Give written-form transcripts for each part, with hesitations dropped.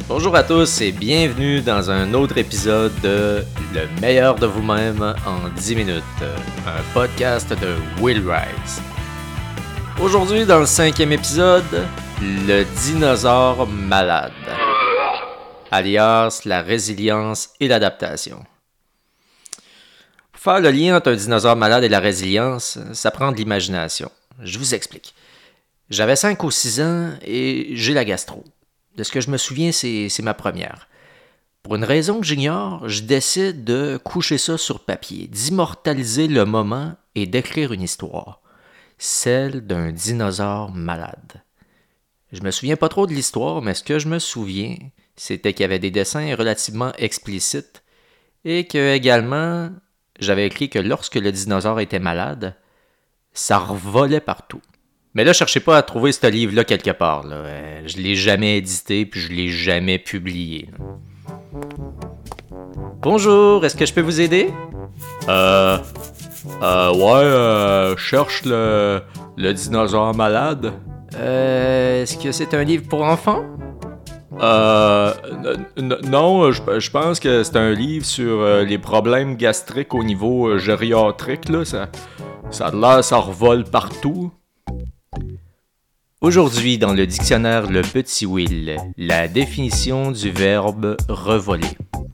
Bonjour à tous et bienvenue dans un autre épisode de Le meilleur de vous-même en 10 minutes, un podcast de Will Rise. Aujourd'hui, dans le 5e épisode, le dinosaure malade, alias la résilience et l'adaptation. Pour faire le lien entre un dinosaure malade et la résilience, ça prend de l'imagination. Je vous explique. J'avais 5 ou 6 ans et j'ai la gastro. De ce que je me souviens, c'est ma première. Pour une raison que j'ignore, je décide de coucher ça sur papier, d'immortaliser le moment et d'écrire une histoire. Celle d'un dinosaure malade. Je me souviens pas trop de l'histoire, mais ce que je me souviens, c'était qu'il y avait des dessins relativement explicites et que également, j'avais écrit que lorsque le dinosaure était malade, ça revolait partout. Mais là, cherchez pas à trouver ce livre-là quelque part. Là. Je l'ai jamais édité puis je l'ai jamais publié. Bonjour, est-ce que je peux vous aider? Cherche le dinosaure malade. Est-ce que c'est un livre pour enfants? Non, je pense que c'est un livre sur les problèmes gastriques au niveau gériatrique, là. Ça a l'air, ça revole partout. Aujourd'hui, dans le dictionnaire Le Petit Will, la définition du verbe revoler.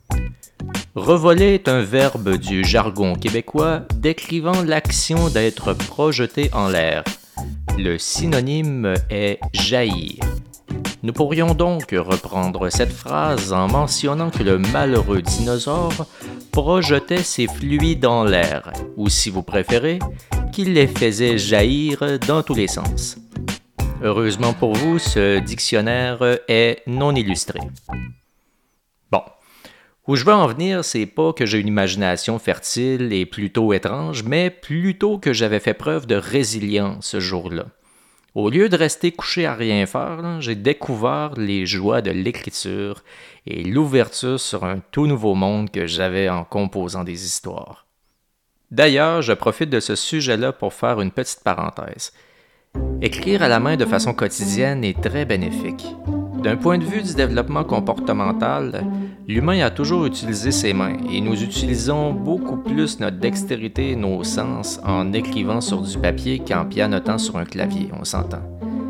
Revoler est un verbe du jargon québécois décrivant l'action d'être projeté en l'air. Le synonyme est jaillir. Nous pourrions donc reprendre cette phrase en mentionnant que le malheureux dinosaure projetait ses fluides en l'air, ou si vous préférez, qu'il les faisait jaillir dans tous les sens. Heureusement pour vous, ce dictionnaire est non illustré. Bon, où je veux en venir, c'est pas que j'ai une imagination fertile et plutôt étrange, mais plutôt que j'avais fait preuve de résilience ce jour-là. Au lieu de rester couché à rien faire, j'ai découvert les joies de l'écriture et l'ouverture sur un tout nouveau monde que j'avais en composant des histoires. D'ailleurs, je profite de ce sujet-là pour faire une petite parenthèse. Écrire à la main de façon quotidienne est très bénéfique. D'un point de vue du développement comportemental, l'humain a toujours utilisé ses mains et nous utilisons beaucoup plus notre dextérité et nos sens en écrivant sur du papier qu'en pianotant sur un clavier, on s'entend.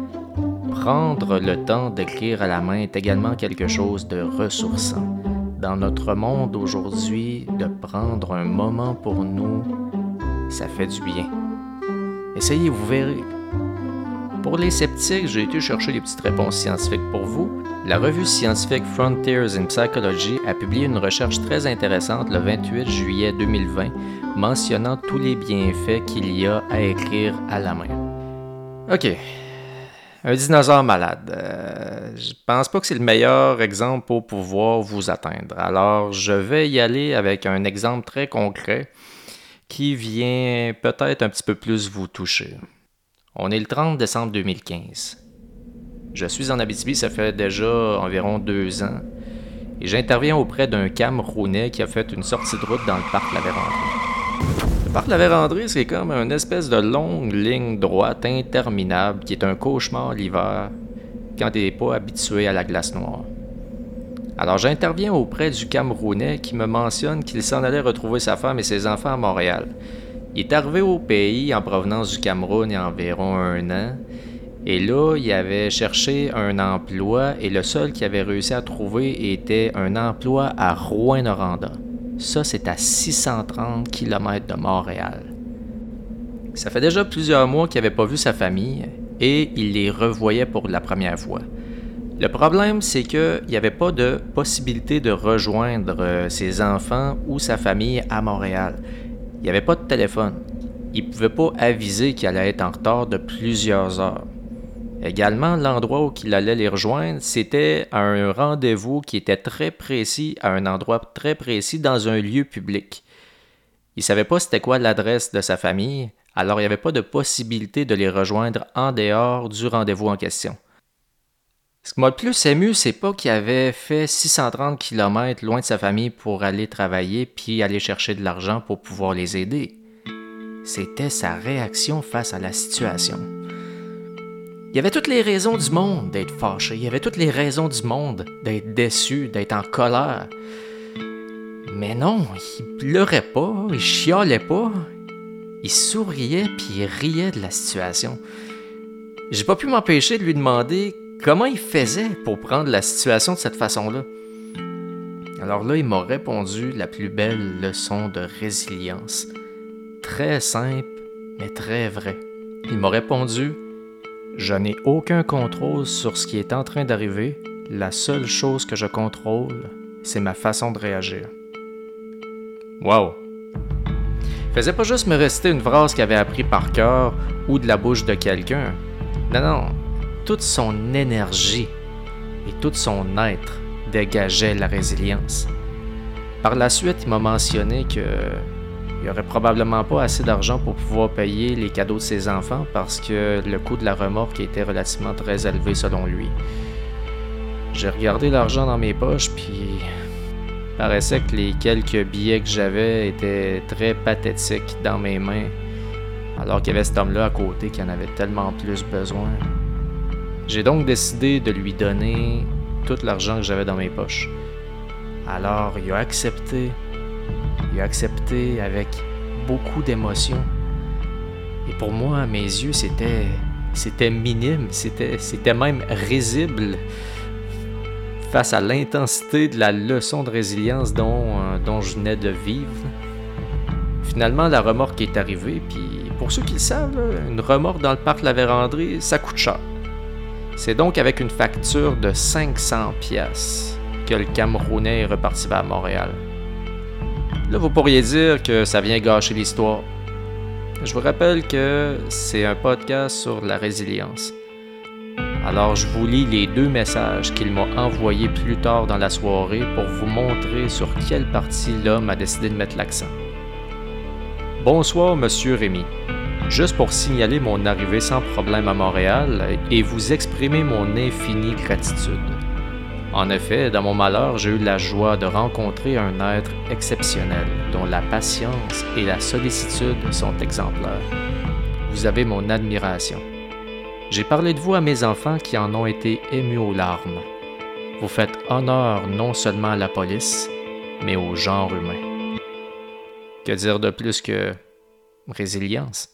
Prendre le temps d'écrire à la main est également quelque chose de ressourçant. Dans notre monde aujourd'hui, de prendre un moment pour nous, ça fait du bien. Essayez, vous verrez. Pour les sceptiques, j'ai été chercher des petites réponses scientifiques pour vous. La revue scientifique Frontiers in Psychology a publié une recherche très intéressante le 28 juillet 2020 mentionnant tous les bienfaits qu'il y a à écrire à la main. OK. Un dinosaure malade. Je pense pas que c'est le meilleur exemple pour pouvoir vous atteindre. Alors, je vais y aller avec un exemple très concret qui vient peut-être un petit peu plus vous toucher. On est le 30 décembre 2015. Je suis en Abitibi, ça fait déjà environ 2 ans, et j'interviens auprès d'un Camerounais qui a fait une sortie de route dans le parc La Vérandrée. Le parc La Vérandrée, c'est comme une espèce de longue ligne droite interminable qui est un cauchemar l'hiver quand tu n'es pas habitué à la glace noire. Alors j'interviens auprès du Camerounais qui me mentionne qu'il s'en allait retrouver sa femme et ses enfants à Montréal. Il est arrivé au pays en provenance du Cameroun il y a environ 1 an. Et là, il avait cherché un emploi et le seul qu'il avait réussi à trouver était un emploi à Rouyn-Noranda. Ça, c'est à 630 km de Montréal. Ça fait déjà plusieurs mois qu'il n'avait pas vu sa famille et il les revoyait pour la première fois. Le problème, c'est qu'il n'y avait pas de possibilité de rejoindre ses enfants ou sa famille à Montréal. Il n'y avait pas de téléphone. Il ne pouvait pas aviser qu'il allait être en retard de plusieurs heures. Également, l'endroit où il allait les rejoindre, c'était à un rendez-vous qui était très précis, à un endroit très précis dans un lieu public. Il ne savait pas c'était quoi l'adresse de sa famille, alors il n'y avait pas de possibilité de les rejoindre en dehors du rendez-vous en question. Ce qui m'a le plus ému, c'est pas qu'il avait fait 630 km loin de sa famille pour aller travailler puis aller chercher de l'argent pour pouvoir les aider. C'était sa réaction face à la situation. Il y avait toutes les raisons du monde d'être fâché, il y avait toutes les raisons du monde d'être déçu, d'être en colère. Mais non, il pleurait pas, il chialait pas, il souriait puis il riait de la situation. J'ai pas pu m'empêcher de lui demander comment il faisait pour prendre la situation de cette façon-là. Alors là, il m'a répondu la plus belle leçon de résilience. Très simple, mais très vrai. Il m'a répondu « Je n'ai aucun contrôle sur ce qui est en train d'arriver. La seule chose que je contrôle, c'est ma façon de réagir. » Wow! Il faisait pas juste me réciter une phrase qu'il avait appris par cœur ou de la bouche de quelqu'un. Non, toute son énergie et tout son être dégageait la résilience. Par la suite, il m'a mentionné qu'il n'y aurait probablement pas assez d'argent pour pouvoir payer les cadeaux de ses enfants parce que le coût de la remorque était relativement très élevé selon lui. J'ai regardé l'argent dans mes poches, puis il paraissait que les quelques billets que j'avais étaient très pathétiques dans mes mains, alors qu'il y avait cet homme-là à côté qui en avait tellement plus besoin. J'ai donc décidé de lui donner tout l'argent que j'avais dans mes poches. Alors, il a accepté avec beaucoup d'émotion. Et pour moi, à mes yeux, c'était minime, c'était même risible face à l'intensité de la leçon de résilience dont je venais de vivre. Finalement, la remorque est arrivée, puis pour ceux qui le savent, une remorque dans le parc La Vérandrie, ça coûte cher. C'est donc avec une facture de 500$ que le Camerounais est reparti vers Montréal. Là, vous pourriez dire que ça vient gâcher l'histoire. Je vous rappelle que c'est un podcast sur la résilience. Alors, je vous lis les 2 messages qu'il m'a envoyés plus tard dans la soirée pour vous montrer sur quelle partie l'homme a décidé de mettre l'accent. Bonsoir, Monsieur Rémy. Juste pour signaler mon arrivée sans problème à Montréal et vous exprimer mon infinie gratitude. En effet, dans mon malheur, j'ai eu la joie de rencontrer un être exceptionnel, dont la patience et la sollicitude sont exemplaires. Vous avez mon admiration. J'ai parlé de vous à mes enfants qui en ont été émus aux larmes. Vous faites honneur non seulement à la police, mais au genre humain. Que dire de plus que résilience?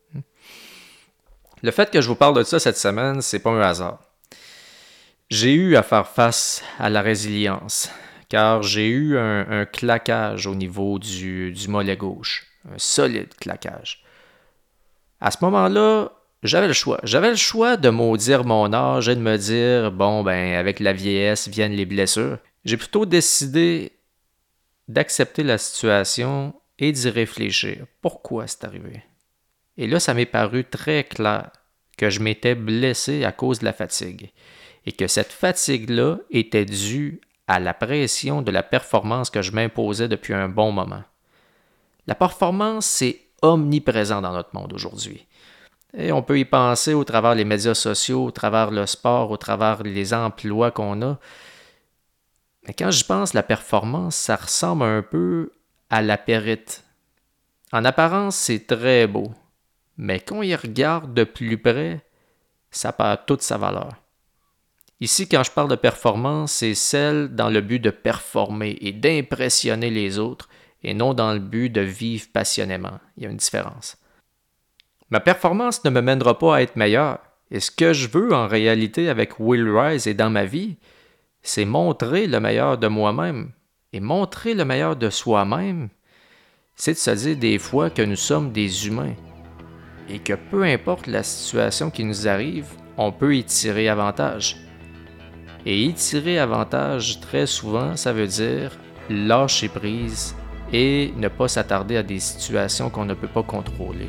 Le fait que je vous parle de ça cette semaine, c'est pas un hasard. J'ai eu à faire face à la résilience, car j'ai eu un claquage au niveau du mollet gauche, un solide claquage. À ce moment-là, j'avais le choix. J'avais le choix de maudire mon âge et de me dire, avec la vieillesse viennent les blessures. J'ai plutôt décidé d'accepter la situation et d'y réfléchir. Pourquoi c'est arrivé? Et là, ça m'est paru très clair que je m'étais blessé à cause de la fatigue et que cette fatigue-là était due à la pression de la performance que je m'imposais depuis un bon moment. La performance, c'est omniprésent dans notre monde aujourd'hui. Et on peut y penser au travers les médias sociaux, au travers le sport, au travers les emplois qu'on a. Mais quand j'y pense, la performance, ça ressemble un peu à la périte. En apparence, c'est très beau. Mais quand on y regarde de plus près, ça perd toute sa valeur. Ici, quand je parle de performance, c'est celle dans le but de performer et d'impressionner les autres et non dans le but de vivre passionnément. Il y a une différence. Ma performance ne me mènera pas à être meilleur. Et ce que je veux en réalité avec Will Rise et dans ma vie, c'est montrer le meilleur de moi-même. Et montrer le meilleur de soi-même, c'est de se dire des fois que nous sommes des humains. Et que peu importe la situation qui nous arrive, on peut y tirer avantage. Et y tirer avantage, très souvent, ça veut dire lâcher prise et ne pas s'attarder à des situations qu'on ne peut pas contrôler.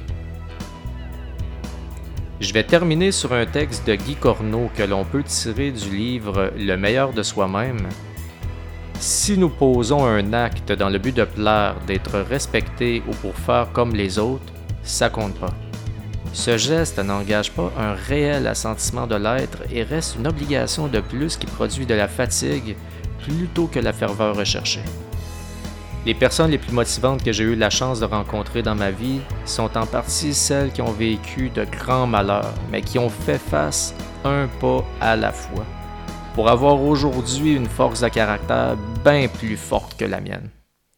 Je vais terminer sur un texte de Guy Corneau que l'on peut tirer du livre « Le meilleur de soi-même ». Si nous posons un acte dans le but de plaire, d'être respecté ou pour faire comme les autres, ça compte pas. Ce geste n'engage pas un réel assentiment de l'être et reste une obligation de plus qui produit de la fatigue plutôt que la ferveur recherchée. Les personnes les plus motivantes que j'ai eu la chance de rencontrer dans ma vie sont en partie celles qui ont vécu de grands malheurs, mais qui ont fait face un pas à la fois, pour avoir aujourd'hui une force de caractère bien plus forte que la mienne.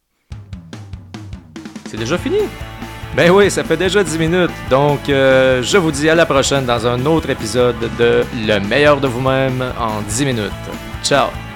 C'est déjà fini? Ben oui, ça fait déjà 10 minutes, donc je vous dis à la prochaine dans un autre épisode de Le meilleur de vous-même en 10 minutes. Ciao!